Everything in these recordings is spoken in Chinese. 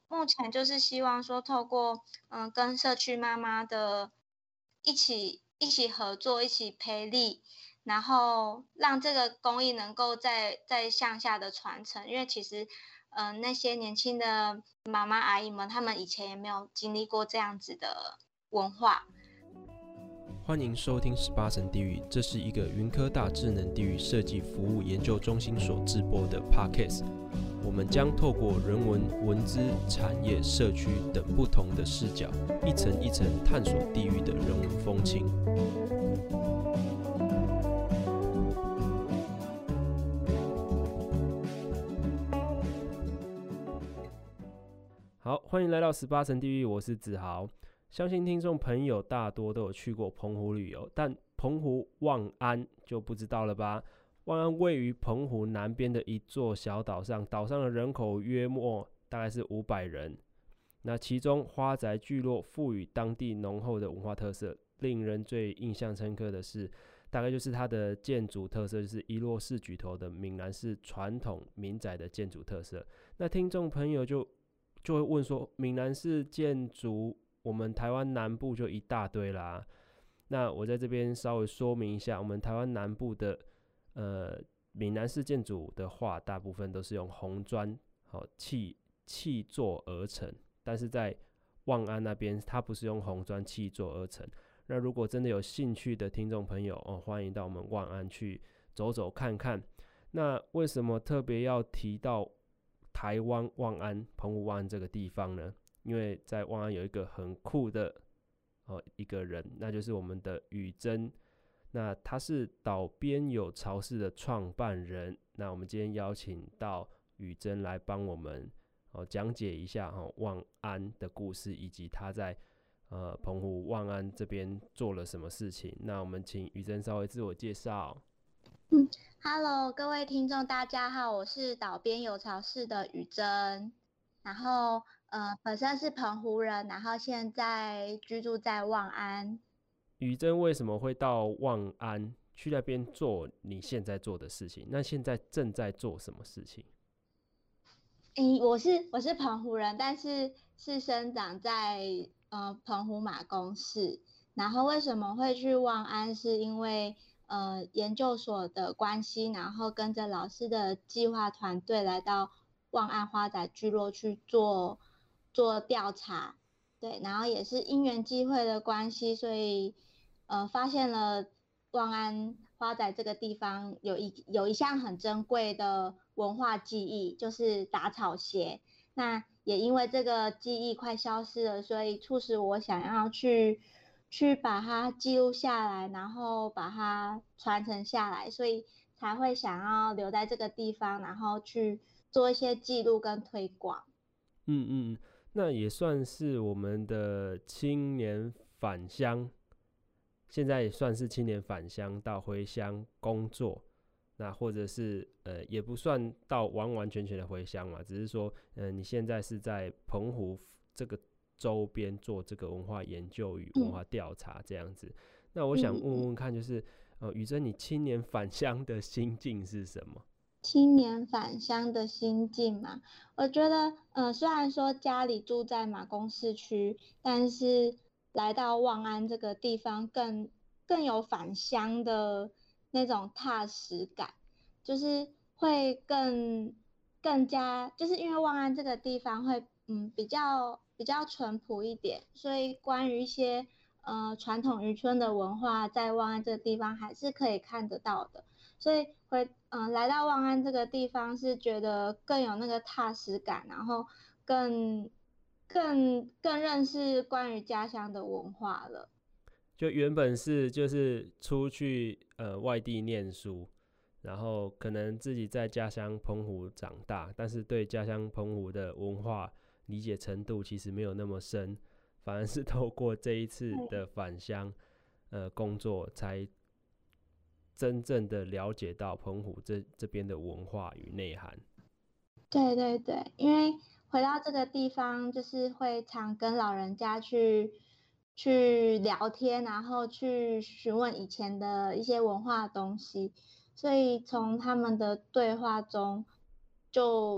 目前就是希望说透过跟社区妈妈的一起合作，一起培力，然后让这个公益能够再向下的传承。因为其实那些年轻的妈妈阿姨们，她们以前也没有经历过这样子的文化。 欢迎收听18层地狱，这是一个云科大智能地狱设计服务研究中心所制播的 Podcast。我们将透过人文、文资、产业、社区等不同的视角，一层一层探索地狱的人文风情。好，欢迎来到18层地狱，我是子豪。相信听众朋友大多都有去过澎湖旅游，但澎湖望安就不知道了吧？望安位于澎湖南边的一座小岛上，岛上的人口约莫大概是500人。那其中花宅聚落赋予当地浓厚的文化特色，令人最印象深刻的是，大概就是它的建筑特色，就是一落四举头的闽南式传统民宅的建筑特色。那听众朋友就会问说，闽南式建筑我们台湾南部就一大堆啦。那我在这边稍微说明一下，我们台湾南部的闽南式建筑的话，大部分都是用红砖砌作而成，但是在望安那边，它不是用红砖砌作而成。那如果真的有兴趣的听众朋友欢迎到我们望安去走走看看。那为什么特别要提到台湾望安、澎湖望安这个地方呢？因为在望安有一个很酷的一个人，那就是我们的宇珍。那他是岛边有巢氏的创办人。那我们今天邀请到宇珍来帮我们讲解一下望安的故事，以及他在澎湖望安这边做了什么事情。那我们请宇珍稍微自我介绍。 Hello， 各位听众大家好，我是岛边有巢氏的宇珍，然后本身是澎湖人，然后现在居住在望安。 宇珍为什么会到望安去那边做你现在做的事情？那现在正在做什么事情？ 我是澎湖人，但是生长在澎湖马公市。然后为什么会去望安？是因为研究所的关系，然后跟着老师的计划团队来到望安花仔聚落去做调查。对，然后也是因缘际会的关系，所以发现了望安花仔这个地方有一项很珍贵的文化记忆，就是打草鞋。那也因为这个记忆快消失了，所以促使我想要去把它记录下来，然后把它传承下来，所以才会想要留在这个地方，然后去做一些记录跟推广。 那也算是我们的青年返乡，现在也算是青年返乡到回乡工作。那或者是也不算到完完全全的回乡嘛，只是说你现在是在澎湖这个周边做这个文化研究与文化调查这样子。那我想问问看，就是宇珍，你青年返乡的心境是什么？ 青年返乡的心境嘛，我觉得虽然说家里住在马公市区，但是来到望安这个地方更有返乡的那种踏实感，就是会更加，就是因为望安这个地方会比较淳朴一点，所以关于一些传统渔村的文化，在望安这个地方还是可以看得到的。所以来到望安这个地方是觉得更有那个踏实感，然后更认识关于家乡的文化了。 就原本就是出去外地念书，然后可能自己在家乡澎湖长大，但是对家乡澎湖的文化理解程度其实没有那么深，反而是透过这一次的返乡工作，才真正的了解到澎湖这边的文化与内涵。 对对对，因为回到这个地方，就是会常跟老人家去聊天，然后去询问以前的一些文化的东西，所以从他们的对话中就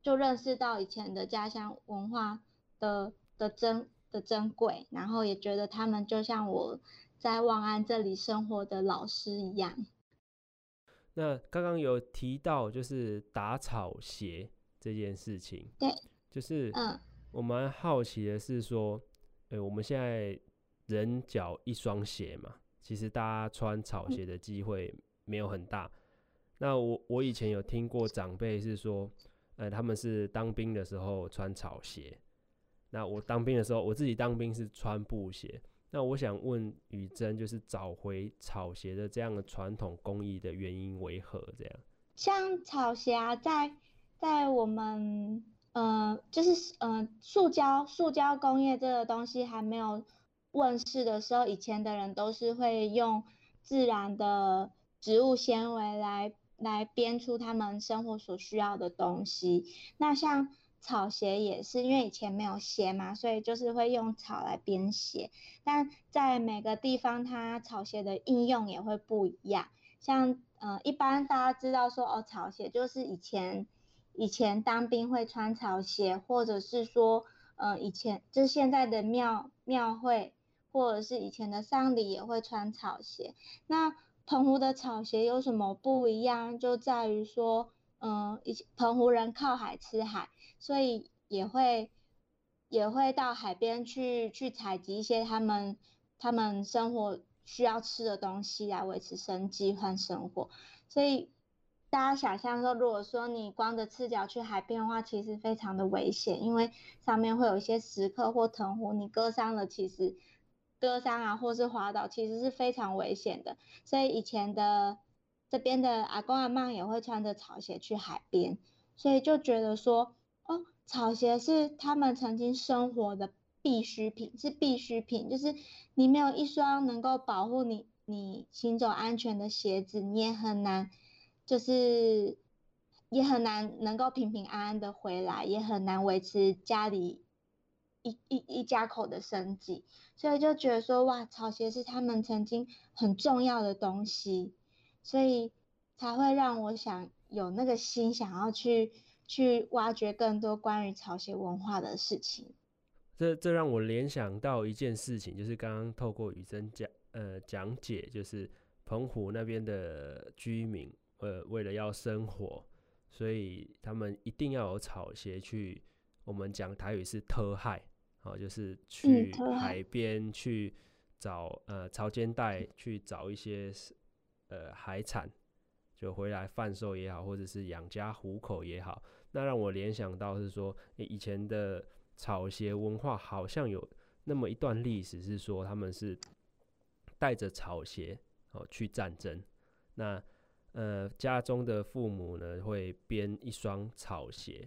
就认识到以前的家乡文化的珍贵，然后也觉得他们就像我在望安这里生活的老师一样。 那刚刚有提到就是打草鞋这件事情， 对， 就是我蛮好奇的是说，我们现在人脚一双鞋嘛，其实大家穿草鞋的机会没有很大。那我以前有听过长辈是说，他们是当兵的时候穿草鞋。那我当兵的时候，我自己当兵是穿布鞋。那我想问宇珍，就是找回草鞋的这样的传统工艺的原因为何？这样， 像草鞋啊，在我们就是塑胶工业这个东西还没有问世的时候，以前的人都是会用自然的植物纤维来编出他们生活所需要的东西。那像草鞋也是，因为以前没有鞋嘛，所以就是会用草来编鞋。但在每个地方，它草鞋的应用也会不一样。像一般大家知道说哦，草鞋就是以前当兵会穿草鞋，或者是说以前就是现在的庙会，或者是以前的丧礼也会穿草鞋。那澎湖的草鞋有什么不一样？就在于说，澎湖人靠海吃海，所以也会到海边去采集一些他们生活需要吃的东西来维持生计和生活。所以大家想象说，如果说你光着赤脚去海边的话，其实非常的危险，因为上面会有一些石刻或藤壶，你割伤了，其实割伤啊或是滑倒，其实是非常危险的。所以以前的这边的阿公阿嬷也会穿着草鞋去海边，所以就觉得说，哦，草鞋是他们曾经生活的必需品，是必需品，就是你没有一双能够保护你行走安全的鞋子，你也很难，就是也很难能够平平安安的回来，也很难维持家里一家口的生计。所以就觉得说，哇，草鞋是他们曾经很重要的东西，所以才会让我想有那个心，想要去挖掘更多关于草鞋文化的事情。 这让我联想到一件事情，就是刚刚透过宇珍讲解，就是澎湖那边的居民，为了要生活，所以他们一定要有草鞋去，我们讲台语是特害，就是去海边去找潮间带去找一些海产，就回来贩售也好，或者是养家糊口也好。那让我联想到是说，以前的草鞋文化好像有那么一段历史，是说他们是带着草鞋去战争。那家中的父母呢会编一双草鞋，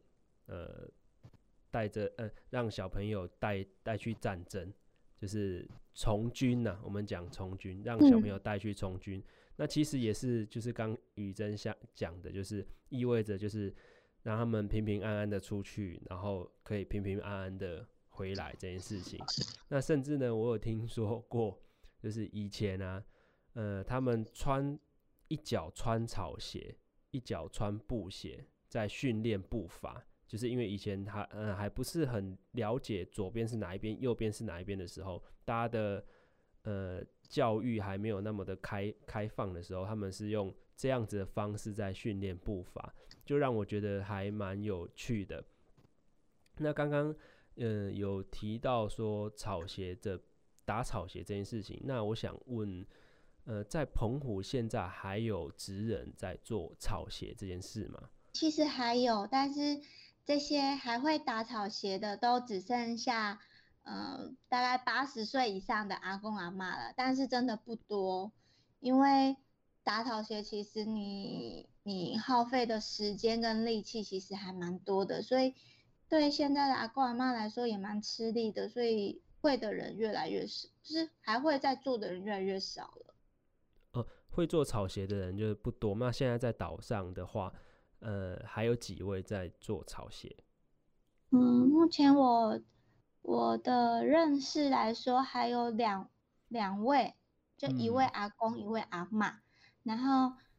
让小朋友带去战争，就是从军呐、我们讲从军，让小朋友带去从军。那其实也是就是刚宇珍讲的，就是意味着就是让他们平平安安的出去，然后可以平平安安的回来这件事情。那甚至呢，我有听说过，就是以前啊，他们一脚穿草鞋，一脚穿布鞋，在训练步伐。就是因为以前还不是很了解左边是哪一边，右边是哪一边的时候，大家的教育还没有那么的开放的时候，他们是用这样子的方式在训练步伐，就让我觉得还蛮有趣的。那刚刚有提到说打草鞋这件事情，那我想问，在澎湖现在还有职人在做草鞋这件事吗？ 其实还有，但是这些还会打草鞋的都只剩下大概80岁以上的阿公阿嬷了，但是真的不多，因为打草鞋其实你耗费的时间跟力气其实还蛮多的，所以对现在的阿公阿嬷来说也蛮吃力的，所以会的人越来越少，就是还会在做的人越来越少了。 会做草鞋的人就是不多。那现在在岛上的话，还有几位在做草鞋？ 目前我的认识来说，还有两位，就一位阿公，一位阿嬷，然后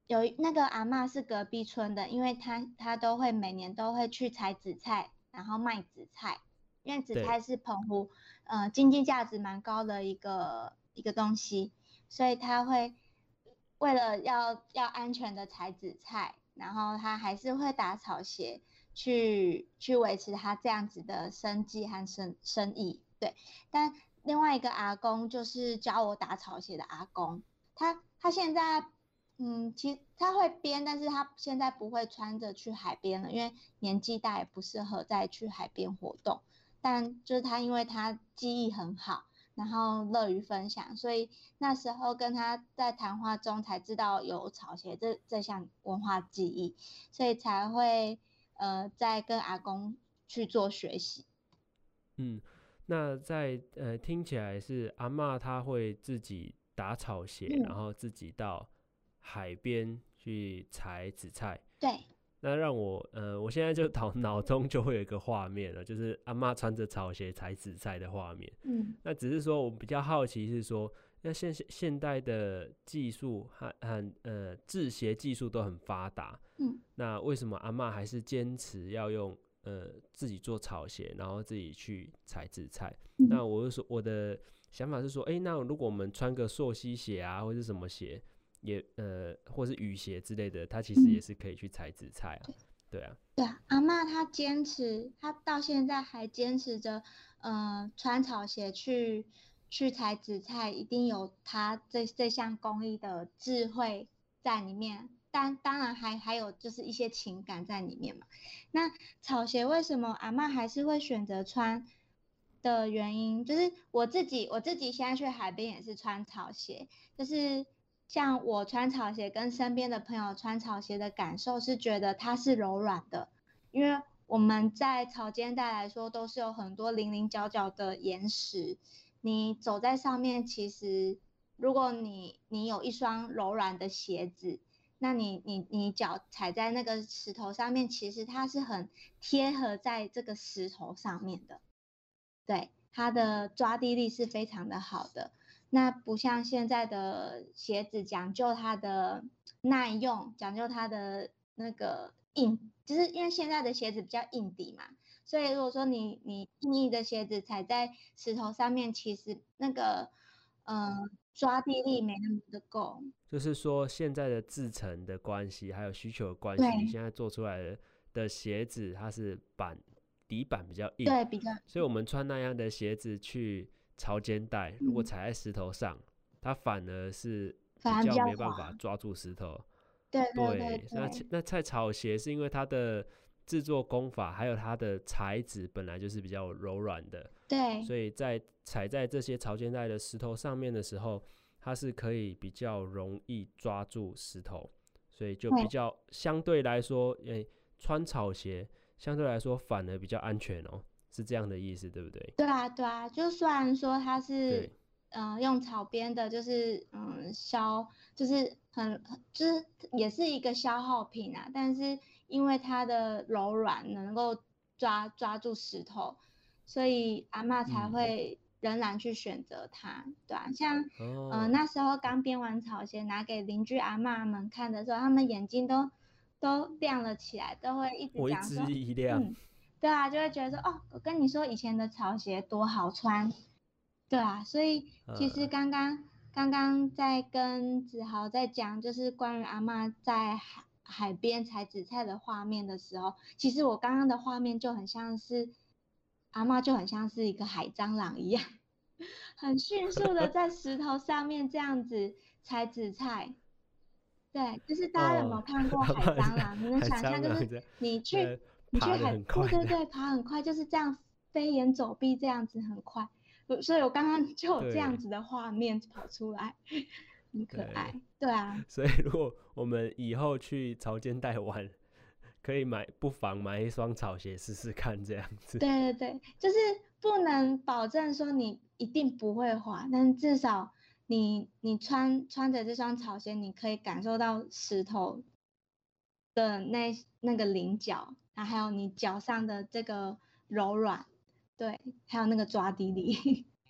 有那个阿嬷是隔壁村的，因为她都会每年都会去采紫菜，然后卖紫菜，因为紫对， 菜是澎湖经济价值蛮高的一个东西，所以她会为了要安全的采紫菜，然后她还是会打草鞋去维持她这样子的生计和生意。对，但另外一个阿公就是教我打草鞋的阿公，他现在其实他会编，但是他现在不会穿着去海边了，因为年纪大也不适合再去海边活动。但就是他，因为他记忆很好，然后乐于分享，所以那时候跟他在谈话中才知道有草鞋这项文化记忆，所以才会再跟阿公去做学习。 嗯，那听起来是阿嬷她会自己打草鞋，然嗯， 后自己到海边去采紫菜。 对， 那让我现在就脑中就会有一个画面了，就是阿嬷穿着草鞋采紫菜的画面。 嗯那只是说我比较好奇是说，那现代的技术和制鞋技术都很发达， 嗯那为什么阿嬷还是坚持要用自己做草鞋，然后自己去采紫菜？那嗯我的想法是说，那如果我们穿个溯溪鞋啊，或是什么鞋，或是雨鞋之类的，它其实也嗯。 是可以去采紫菜啊。对啊， 对啊，阿嬷她坚持，她到现在还坚持着，穿草鞋去采紫菜，一定有她这项工艺的智慧在里面。当然还有就是一些情感在里面嘛。那草鞋为什么阿嬷还是会选择穿的原因，就是我自己现在去海边也是穿草鞋，就是像我穿草鞋跟身边的朋友穿草鞋的感受是觉得它是柔软的，因为我们在潮间带来说都是有很多零零角角的岩石，你走在上面，其实如果你有一双柔软的鞋子，那你脚踩在那个石头上面，其实它是很贴合在这个石头上面的。对，它的抓地力是非常的好的。那不像现在的鞋子讲究它的耐用，讲究它的那个硬，就是因为现在的鞋子比较硬底嘛，所以如果说你硬的鞋子踩在石头上面，其实那个抓地力没那么的够。 就是说现在的制成的关系，还有需求的关系， 对现在做出来的鞋子它是底板比较硬， 对，比较所以我们穿那样的鞋子去潮间带，如果嗯， 踩在石头上，它反而是比反而比较较没办法滑。 抓住石头。 对对对对， 对那菜草鞋是因为它的制作工法还有它的材质本来就是比较柔软的， 对所以在踩在这些潮间带的石头上面的时候，它是可以比较容易抓住石头，所以就比对。 较相对来说，穿草鞋相对来说反而比较安全哦，是这样的意思，对不对？ 对啊，对啊，就虽然说它是， 对， 用草编的，就是就是就是也是一个消耗品啊，但是因为它的柔软能够抓住石头，所以阿嬷才嗯， 会仍然去选择它，对啊，像哦， 那时候刚编完草鞋拿给邻居阿嬷们看的时候，他们眼睛都亮了起来，都会一直为之讲说， 一亮， 嗯。对啊，就会觉得说，哦，我跟你说以前的草鞋多好穿，对啊，所以其实呃， 刚刚在跟子豪在讲，就是关于阿嬷在海边采紫菜的画面的时候，其实我刚刚的画面就很像是阿嬷就很像是一个海蟑螂一样，很迅速的在石头上面这样子采紫菜。对，就是大家有没哦， 有看过他海妈的蟑螂？你能海想象，就是蟑螂这样， 你去呃， 你去海， 爬得很快的， 对对对，爬很快，就是这样飞檐走壁这样子很快。所以我刚刚就有这样对子的画面跑出来，很可对， 爱。对啊， 所以如果我们以后去潮间带玩，可以不妨买一双草鞋试试看，这样子。 对对对，就是不能保证说你一定不会滑，但至少你穿着这双草鞋，你可以感受到石头的那个棱角，然后还有你脚上的这个柔软，对，还有那个抓地力。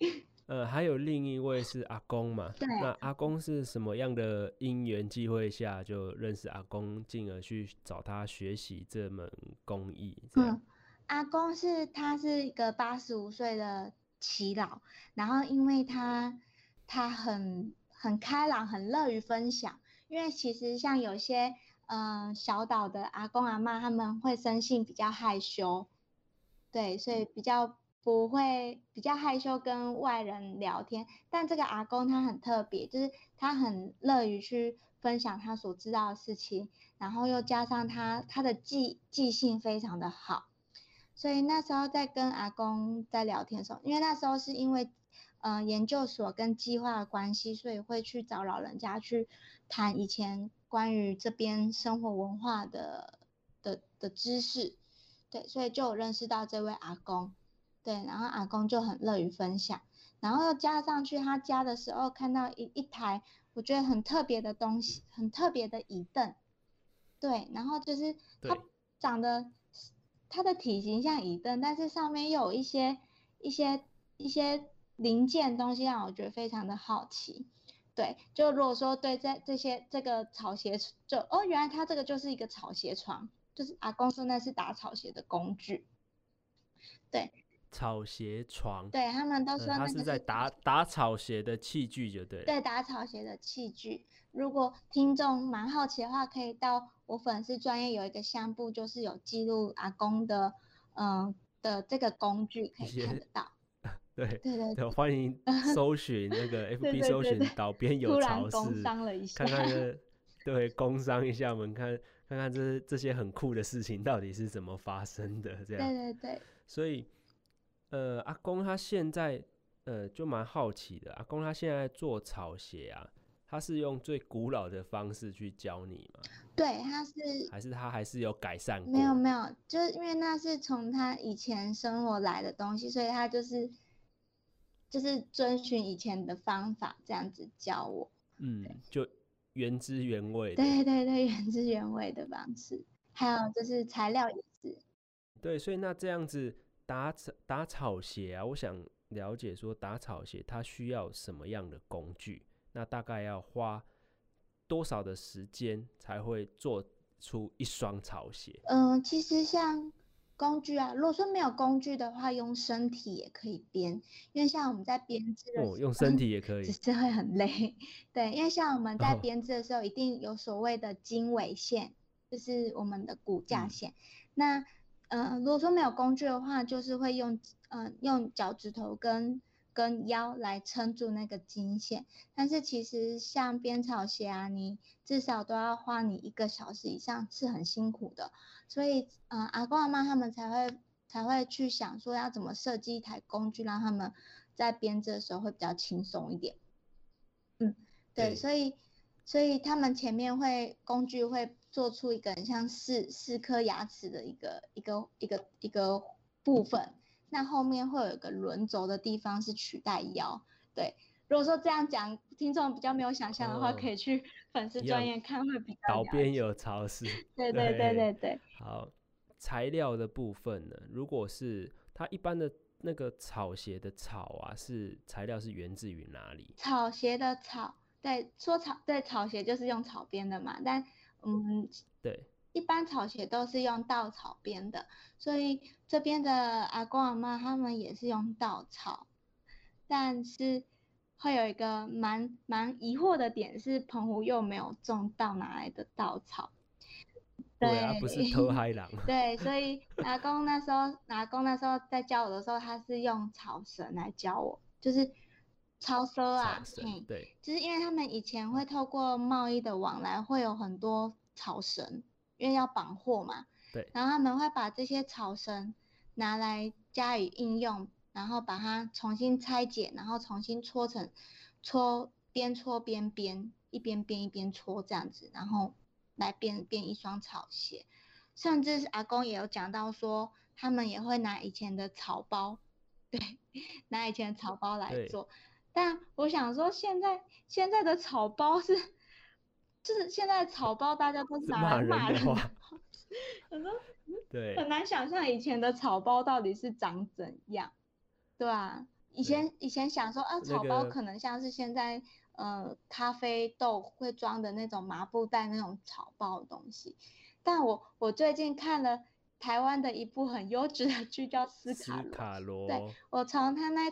还有另一位是阿公嘛？ 对， 那阿公是什么样的因缘际会下就认识阿公，进而去找他学习这门工艺？这样， 阿公他是一个85岁的耆老，然后因为他很开朗，很乐于分享。因为其实像有些小岛的阿公阿嬷，他们会生性比较害羞，对，所以比较害羞跟外人聊天。但这个阿公他很特别，就是他很乐于去分享他所知道的事情，然后又加上他的记性非常的好。所以那时候在跟阿公在聊天的时候，因为那时候是因为研究所跟计划的关系，所以会去找老人家去谈以前关于这边生活文化的知识，对，所以就有认识到这位阿公，对，然后阿公就很乐于分享，然后又加上去他家的时候，看到一台我觉得很特别的东西，很特别的椅凳，对，然后就是它对， 长得它的体型像椅凳，但是上面又有一些一些零件东西让我觉得非常的好奇。对，就如果说对这个草鞋，原来它这个就是一个草鞋床，就是阿公说那是打草鞋的工具。对草鞋床， 对，他们都说他是在那个是打草鞋的器具就对了。 对打草鞋的器具。如果听众蛮好奇的话，可以到我粉丝专页有一个相簿，就是有记录阿公的的这个工具，可以看得到。 对对对对，欢迎搜寻那个对 FB 对对对， 搜寻岛边有突潮然工事， 商了一下。 看看对，工商一下，我们看看这些很酷的事情到底是怎么发生的，这样。 对对对， 所以阿公他现在就蛮好奇的，阿公他现在做草鞋啊，他是用最古老的方式去教你吗？ 对，他是还是他还是有改善过？ 没有，就是因为那是从他以前生活来的东西，所以他就是遵循以前的方法这样子教我。 就原汁原味的。 对对对，原汁原味的方式，还有就是材料也是。 对，所以那这样子打草鞋啊，我想了解说打草鞋它需要什么样的工具？那大概要花多少的时间才会做出一双草鞋？ 其实像工具啊，如果说没有工具的话，用身体也可以编，因为像我们在编织的时候， 用身体也可以。 只是会很累。对，因为像我们在哦， 编织的时候，一定有所谓的经纬线，就是我们的骨架线。那如果说没有工具的话，就是会用脚趾头跟腰来撑住那个经线。但是其实像编草鞋啊，你至少都要花你1个小时以上，是很辛苦的。所以阿公阿妈他们才会去想说要怎么设计一台工具，让他们在编织的时候会比较轻松一点。对，所以他们前面工具会做出一个很像四颗牙齿的一个部分，那后面会有一个轮轴的地方是取代腰。对，如果说这样讲，听众比较没有想象的话，可以去粉丝专页看，会比较岛边了解。 有潮湿。 对对对对对。 好，材料的部分呢，如果是它一般的那个草鞋的草啊，材料是源自于哪里？ 草鞋的草，对，草鞋就是用草编的嘛，但对， 一般草鞋都是用稻草编的，所以这边的阿公阿嬷他们也是用稻草，但是会有一个蛮疑惑的点是，澎湖又没有种稻哪来的稻草？ 对啊，不是偷海狼。 对，所以阿公那时候在教我的时候，他是用草绳来教我，就是草绳啊， 草绳，对， 就是因为他们以前会透过贸易的往来，会有很多草绳，因为要绑货嘛， 对， 然后他们会把这些草绳拿来加以应用，然后把它重新拆解，然后重新边搓边编，一边编一边搓这样子，然后来编一双草鞋。甚至是阿公也有讲到说，他们也会拿以前的草包，对，拿以前的草包来做。但我想说，现在的草包就是现在的草包，大家都是拿来骂人的话。 我说， 对， 很难想象以前的草包到底是长怎样，对啊， 以前想说那草包个可能像是现在咖啡豆会装的那种麻布袋那种草包的东西，但我最近看了台湾的一部很优质的剧叫《斯卡罗》， 斯卡对， 罗， 我从他那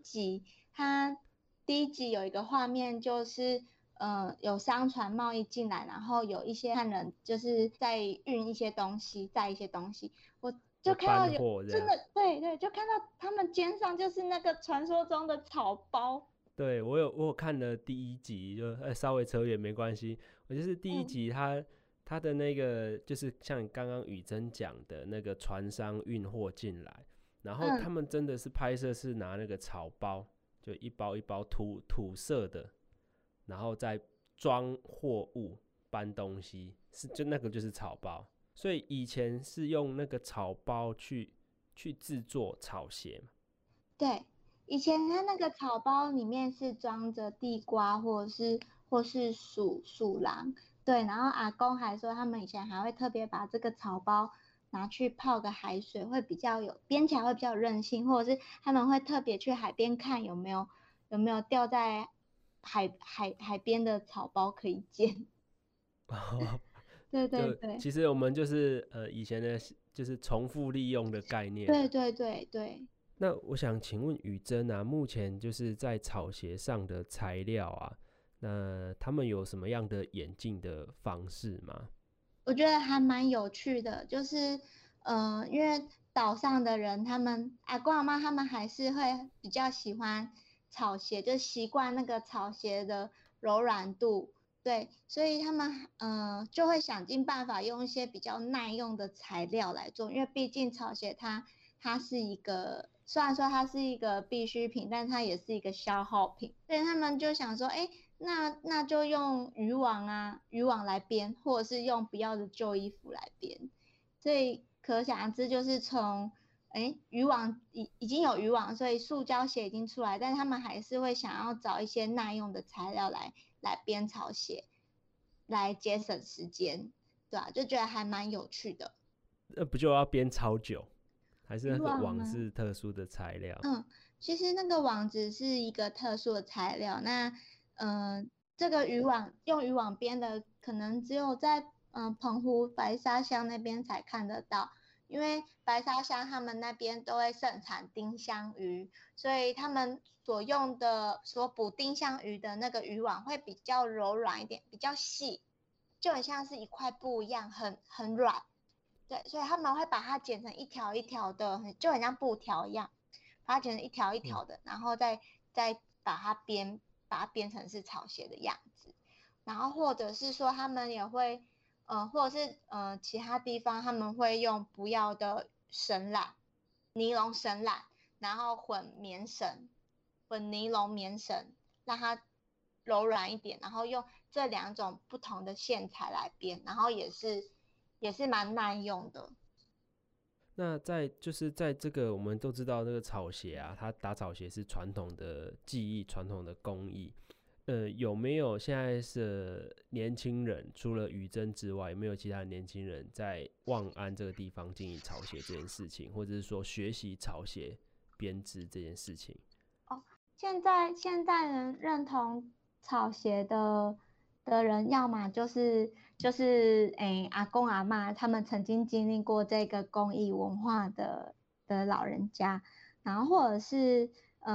第一集有一个画面就是有商船贸易进来，然后有一些汉人就是在运一些东西，载一些东西，我就看到搬有货这样。 真的对对，就看到他们肩上就是那个传说中的草包。 对，我有看了第一集，就稍微扯远没关系。我就是第一集他的那个就是像刚刚雨珍讲的那个船商运货进来，然后他嗯们真的是拍摄是拿那个草包，就一包一包土色的，然后再装货物搬东西，就那个就是草包。所以以前是用那个草包去制作草鞋嘛。 对，以前它那个草包里面是装着地瓜或是薯郎，对，然后阿公还说他们以前还会特别把这个草包拿去泡个海水，会比较编起来会比较有韧性，或者是他们会特别去海边看有没有掉在海边的草包可以捡。对对对其实我们就是以前的就是重复利用的概念啊。 对对对对。 那我想请问雨珍啊，目前就是在草鞋上的材料啊，那他们有什么样的演进的方式吗？ 我觉得还蛮有趣的，就是因为岛上的人，他们阿公阿妈他们还是会比较喜欢草鞋，就习惯那个草鞋的柔软度，对，所以他们就会想尽办法用一些比较耐用的材料来做，因为毕竟草鞋它是一个，虽然说它是一个必需品，但它也是一个消耗品，所以他们就想说，哎。那就用渔网来编，或者是用不要的旧衣服来编，所以可想而知，就是从渔网已经有渔网，所以塑胶鞋已经出来，但他们还是会想要找一些耐用的材料来编草鞋，来节省时间，对啊，就觉得还蛮有趣的。 那不就要编超久？还是渔那个网网吗？ 是特殊的材料？ 嗯，其实那个网子是一个特殊的材料，那这个用渔网编的，可能只有在澎湖白沙乡那边才看得到，因为白沙乡他们那边都会盛产丁香鱼，所以他们所捕丁香鱼的那个渔网会比较柔软一点，比较细，就很像是一块布一样，很软。对，所以他们会把它剪成一条一条的，就很像布条一样，把它剪成一条一嗯， 条的，然后再把它编成是草鞋的样子。然后或者是说他们也会，或者是其他地方他们会用不要的绳缆，尼龙绳缆，然后混尼龙棉绳，让它柔软一点，然后用这两种不同的线材来编，然后也是蛮耐用的。 那就是在这个我们都知道，这个草鞋啊，它打草鞋是传统的技艺、传统的工艺。有没有现在是年轻人，除了雨珍之外，有没有其他的年轻人在望安这个地方经营草鞋这件事情，或者是说学习草鞋编织这件事情？ 哦，现在人认同草鞋的人，要么就是阿公阿嬷他们曾经经历过这个工艺文化的老人家，然后或者是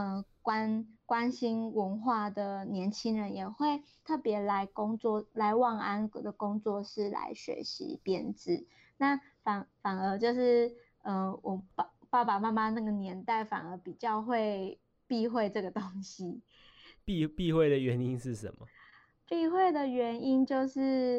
关心文化的年轻人，也会特别来望安的工作室来学习编织。那反而就是我爸爸妈妈那个年代反而比较会避讳这个东西。 避讳的原因是什么？ 避讳的原因就是，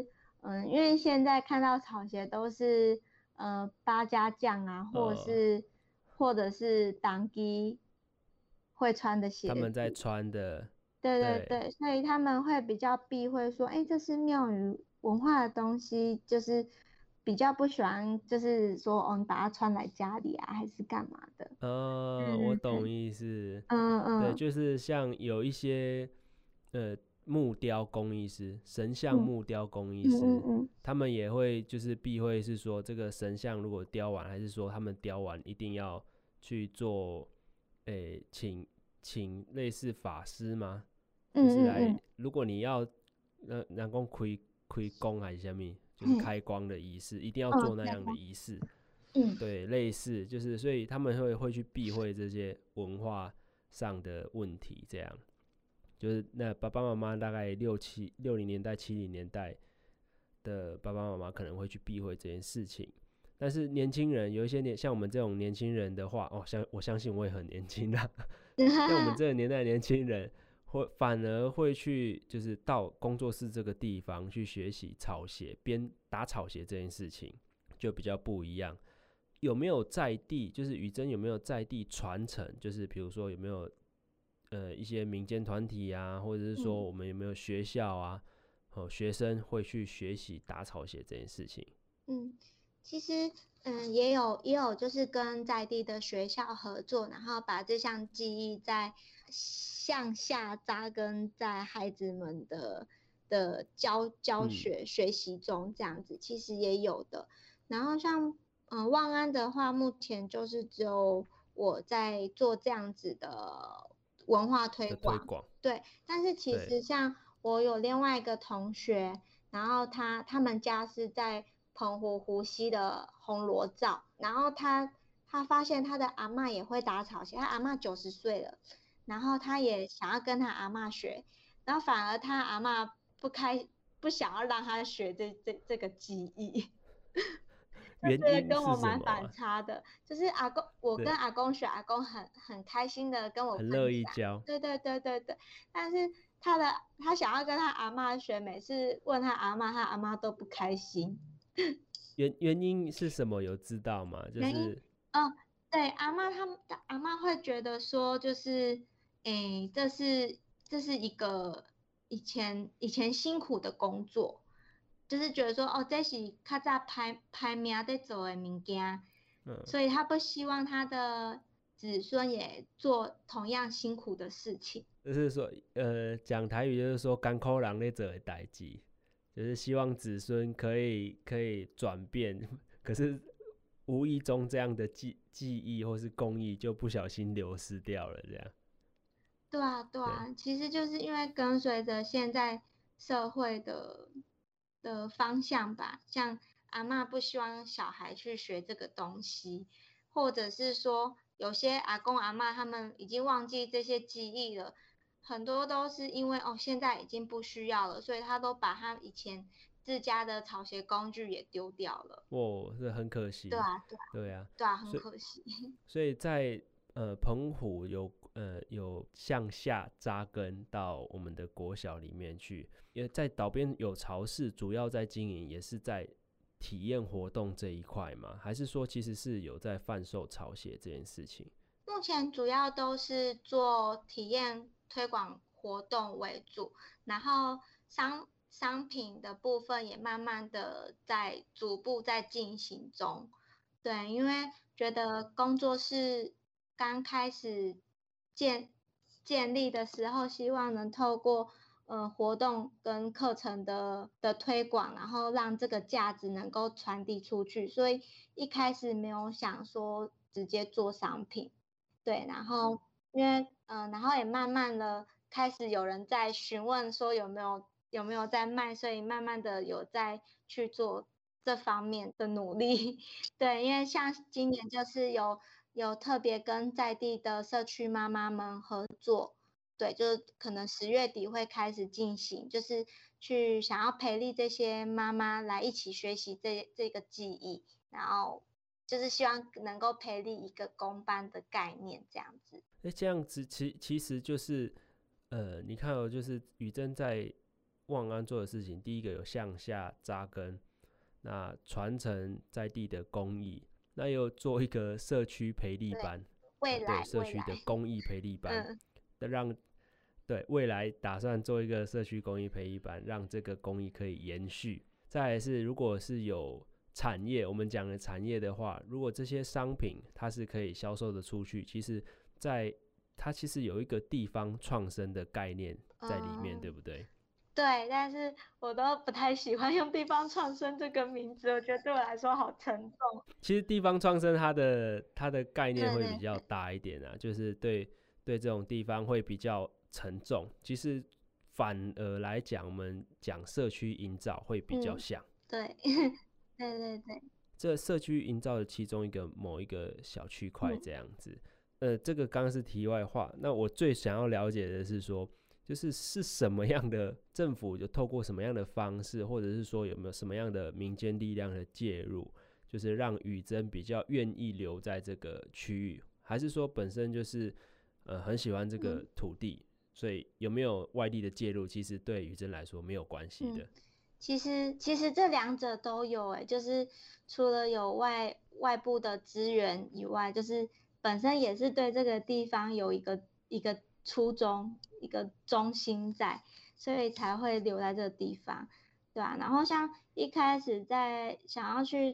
因为现在看到草鞋都是八家将啊，或者呃， 是或者是当机会穿的他们在鞋子， 穿的， 对对对， 对，所以他们会比较避讳说，哎，这是庙宇文化的东西，就是比较不喜欢，就是说，你把它穿来家里啊，还是干嘛的？ 我对对对， 懂意思。对， 嗯嗯就是像有一些木雕工艺师、神像嗯木雕工艺嗯嗯师， 嗯他们也会就是避讳是说这个神像如果雕完，还是说他们雕完一定要去做，请请类似法师吗？就是来，如果你要人讲开光还是什么，就是开光的仪式，一定要做那样的仪式。对，类似就是，所以他们会去避讳这些文化上的问题，这样就是那爸爸妈妈大概60年代70年代的爸爸妈妈可能会去避讳这件事情，但是年轻人有一些像我们这种年轻人的话，我相信我也很年轻啦，像我们这个年代的年轻人反而会去就是到工作室这个地方去学习草鞋，边打草鞋这件事情就比较不一样。有没有在地，就是宇珍有没有在地传承，就是比如说有没有一些民间团体啊，或者是说我们有没有学校啊，学生会去学习打草鞋这件事情？ 其实也有就是跟在地的学校合作，然后把这项技艺在向下扎根在孩子们的教学学习中，这样子其实也有的。然后像万安的话，目前就是只有我在做这样子的文化推广，对。但是其实像我有另外一个同学，然后他们家是在澎湖湖西的红螺灶，然后他发现他的阿嬷也会打草鞋，他阿嬷90岁了，然后他也想要跟他阿嬷学，然后反而他阿嬷不想要让他学这个技艺。 原因是什么？ 跟我蛮反差的，就是我跟阿公学，阿公很开心的跟我分享， 很乐意教。 对，但是他想要跟他阿嬷学，每次问他阿嬷都不开心。 原因是什么？有知道吗？就是对，阿嬷会觉得说，就是这是一个以前辛苦的工作。就是觉得说，这是较早排名在做的物件，所以他不希望他的子孙也做同样辛苦的事情。 就是说，讲台语就是说，甘苦人在做的代志，就是希望子孙可以转变，可是无意中这样的技艺或是工艺就不小心流失掉了，这样。 对啊，其实就是因为跟随着现在社会的方向吧，像阿嬷不希望小孩去学这个东西，或者是说有些阿公阿嬷他们已经忘记这些记忆了，很多都是因为现在已经不需要了，所以他都把他以前自家的草鞋工具也丢掉了。 这很可惜。 对啊，很可惜。 所以在澎湖有向下扎根到我们的国小里面去，因为在岛边有潮市，主要在经营也是在体验活动这一块吗？还是说其实是有在贩售草鞋这件事情？ 目前主要都是做体验推广活动为主，然后商品的部分也慢慢的在逐步在进行中。对，因为觉得工作室刚开始建立的时候，希望能透过活动跟课程的推广，然后让这个价值能够传递出去，所以一开始没有想说直接做商品。对，然后因为然后也慢慢的开始有人在询问说有没有在卖，所以慢慢的有在去做这方面的努力。对，因为像今年就是有特别跟在地的社区妈妈们合作，对，就是可能10月底会开始进行，就是去想要培力这些妈妈来一起学习这个技艺，然后就是希望能够培力一个公班的概念这样子。 这样子其实就是你看就是宇珍在万安做的事情，第一个有向下扎根，那传承在地的工艺，那又做一个社区培力班，对社区的公益培力班，未来打算做一个社区公益培力班，让这个公益可以延续。再来是如果是有产业，我们讲的产业的话，如果这些商品它是可以销售的出去，其实它其实有一个地方创生的概念在里面，对不对？ 对，但是我都不太喜欢用地方创生这个名字，我觉得对我来说好沉重。 其实地方创生它的概念会比较大一点啊，就是对对这种地方会比较沉重，其实反而来讲，我们讲社区营造会比较像。 对对对对， 这社区营造的其中某一个小区块这样子。这个刚刚是题外话。那我最想要了解的是说，就是什么样的政府有透过什么样的方式，或者是说有没有什么样的民间力量的介入，就是让宇珍比较愿意留在这个区域，还是说本身就是很喜欢这个土地，所以有没有外力的介入，其实对宇珍来说没有关系的。 其实这两者都有就是除了有外部的资源以外，就是本身也是对这个地方有一个初衷，一个中心在，所以才会留在这个地方，对吧？然后像一开始在想要去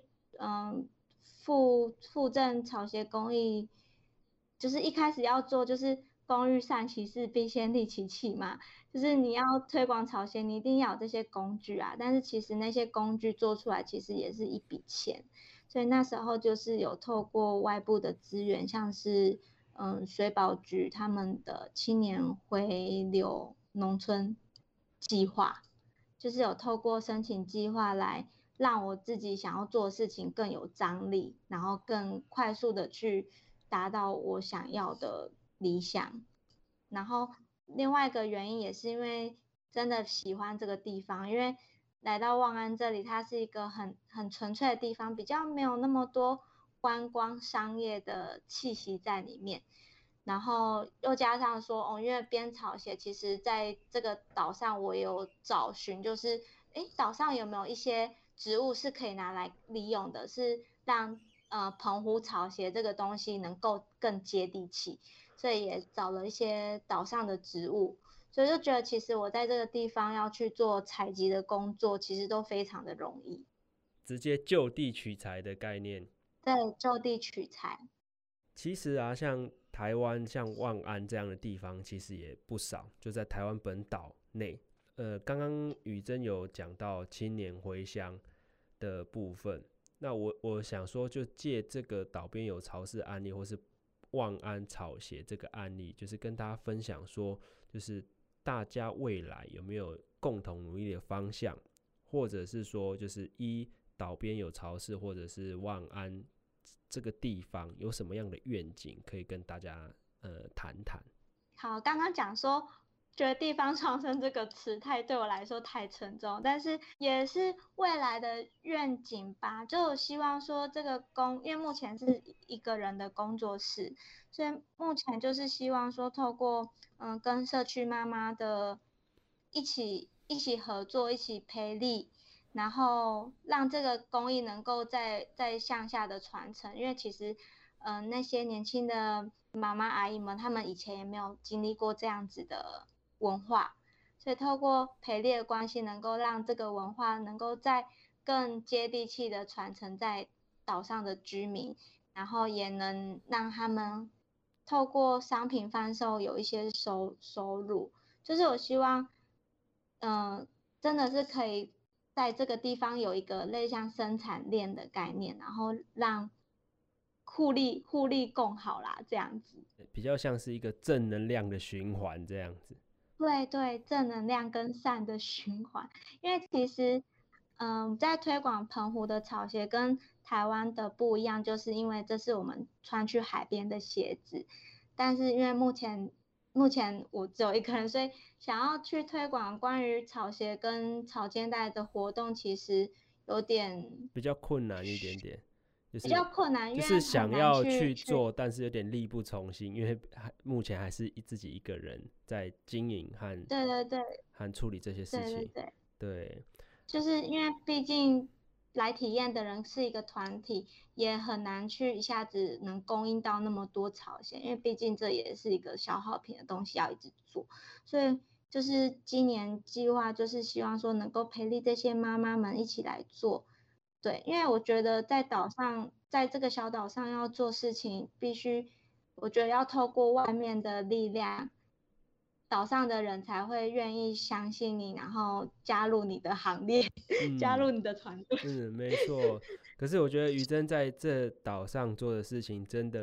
复振草鞋工艺，就是一开始要做就是工欲善其事，必先利其器嘛。就是你要推广草鞋，你一定要有这些工具啊。但是其实那些工具做出来，其实也是一笔钱。所以那时候就是有透过外部的资源，像是水保局他们的青年回流农村计划，就是有透过申请计划来让我自己想要做的事情更有张力，然后更快速的去达到我想要的理想。然后另外一个原因也是因为真的喜欢这个地方，因为来到望安这里，它是一个很纯粹的地方，比较没有那么多观光商业的气息在里面。然后又加上说，因为编草鞋，其实在这个岛上我有找寻，就是岛上有没有一些植物是可以拿来利用的，是让澎湖草鞋这个东西能够更接地气，所以也找了一些岛上的植物，所以就觉得其实我在这个地方要去做采集的工作，其实都非常的容易， 直接就地取材的概念。 对，就地取材。 其实啊，像台湾像万安这样的地方其实也不少，就在台湾本岛内。刚刚宇珍有讲到青年回乡的部分，那我想说，就借这个岛边有潮湿案例，或是万安草鞋这个案例，就是跟大家分享说，就是大家未来有没有共同努力的方向，或者是说，就是岛边有潮湿，或者是万安这个地方有什么样的愿景可以跟大家谈谈。 好，刚刚讲说觉得地方创生这个词对我来说太沉重，但是也是未来的愿景吧。就我希望说这个因为目前是一个人的工作室，所以目前就是希望说透过跟社区妈妈的一起合作，一起培力，然后让这个工艺能够再向下的传承。因为其实那些年轻的妈妈阿姨们，她们以前也没有经历过这样子的文化，所以透过培力的关系，能够让这个文化能够再更接地气的传承在岛上的居民，然后也能让他们透过商品贩售有一些收入。就是我希望真的是可以在这个地方有一个类像生产链的概念，然后让互利共好啦，这样子比较像是一个正能量的循环这样子。 对对，正能量跟善的循环。因为其实在推广澎湖的草鞋跟台湾的不一样，就是因为这是我们穿去海边的鞋子，但是因为目前我只有一个人，所以想要去推广关于草鞋跟草肩带的活动，其实有点比较困难一点点， 比较困难，因为就是想要去去做，但是有点力不从心，因为目前还是自己一个人在经营对对对和处理这些事情。 对对对， 对， 就是因为毕竟来体验的人是一个团体，也很难去一下子能供应到那么多草鞋，因为毕竟这也是一个消耗品的东西要一直做，所以就是今年计划就是希望说能够培力这些妈妈们一起来做。对，因为我觉得在岛上，在这个小岛上要做事情，必须我觉得要透过外面的力量，岛上的人才会愿意相信你，然后加入你的行列，加入你的团队。 没错。可是我觉得宇珍在这岛上做的事情真的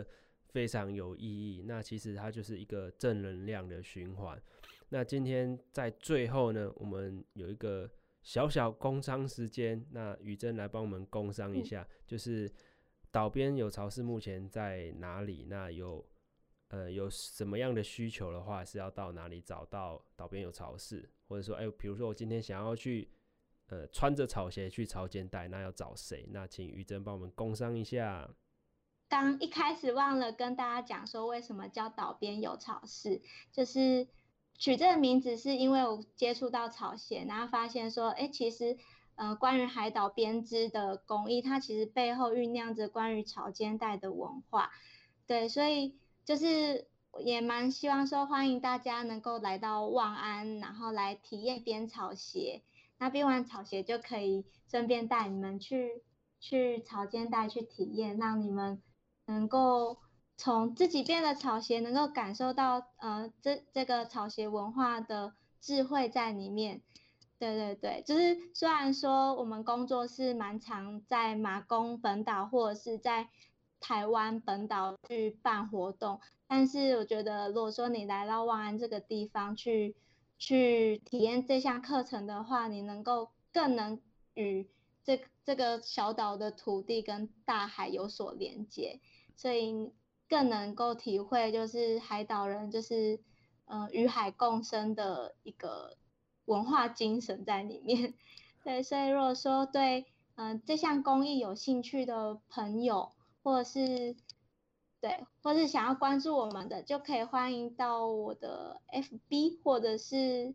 非常有意义。那其实它就是一个正能量的循环。那今天在最后呢，我们有一个小小工商时间，那宇珍来帮我们工商一下，就是岛边有巢氏目前在哪里？那有什么样的需求的话，是要到哪里找到岛边有巢氏？或者说，比如说我今天想要去穿着草鞋去潮间带，那要找谁？那请宇珍帮我们工商一下。 刚一开始忘了跟大家讲说，为什么叫岛边有巢氏，就是取这个名字是因为我接触到草鞋，然后发现说，其实关于海岛编织的工艺，它其实背后酝酿着关于潮间带的文化。对，所以就是也蛮希望说，欢迎大家能够来到望安，然后来体验编草鞋。那编完草鞋就可以顺便带你们去潮间带去体验，让你们能够从自己编的草鞋能够感受到这个草鞋文化的智慧在里面。对对对，就是虽然说我们工作是蛮常在马公本岛或者是在台湾本岛去办活动，但是我觉得如果说你来到望安这个地方去体验这项课程的话，你更能与这个小岛的土地跟大海有所连接，所以更能够体会就是海岛人就是与海共生的一个文化精神在里面。对，所以如果说对这项公益有兴趣的朋友，或者是或是想要关注我们的，就可以欢迎到我的 FB 或者是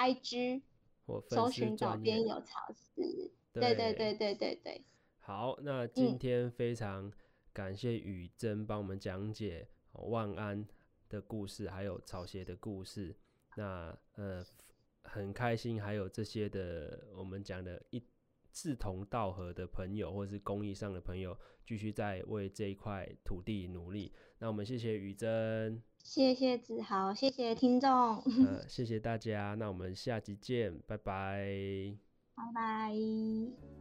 IG 或粉搜丝寻岛专业。 边有巢氏。对对对， 对对对对。 好，那今天非常感谢宇珍帮我们讲解万安的故事，还有草鞋的故事。那很开心，还有这些的我们讲的志同道合的朋友，或是公益上的朋友，继续在为这一块土地努力。那我们谢谢宇珍， 谢谢子豪，谢谢听众， 谢谢大家。那我们下集见，拜拜。 拜拜。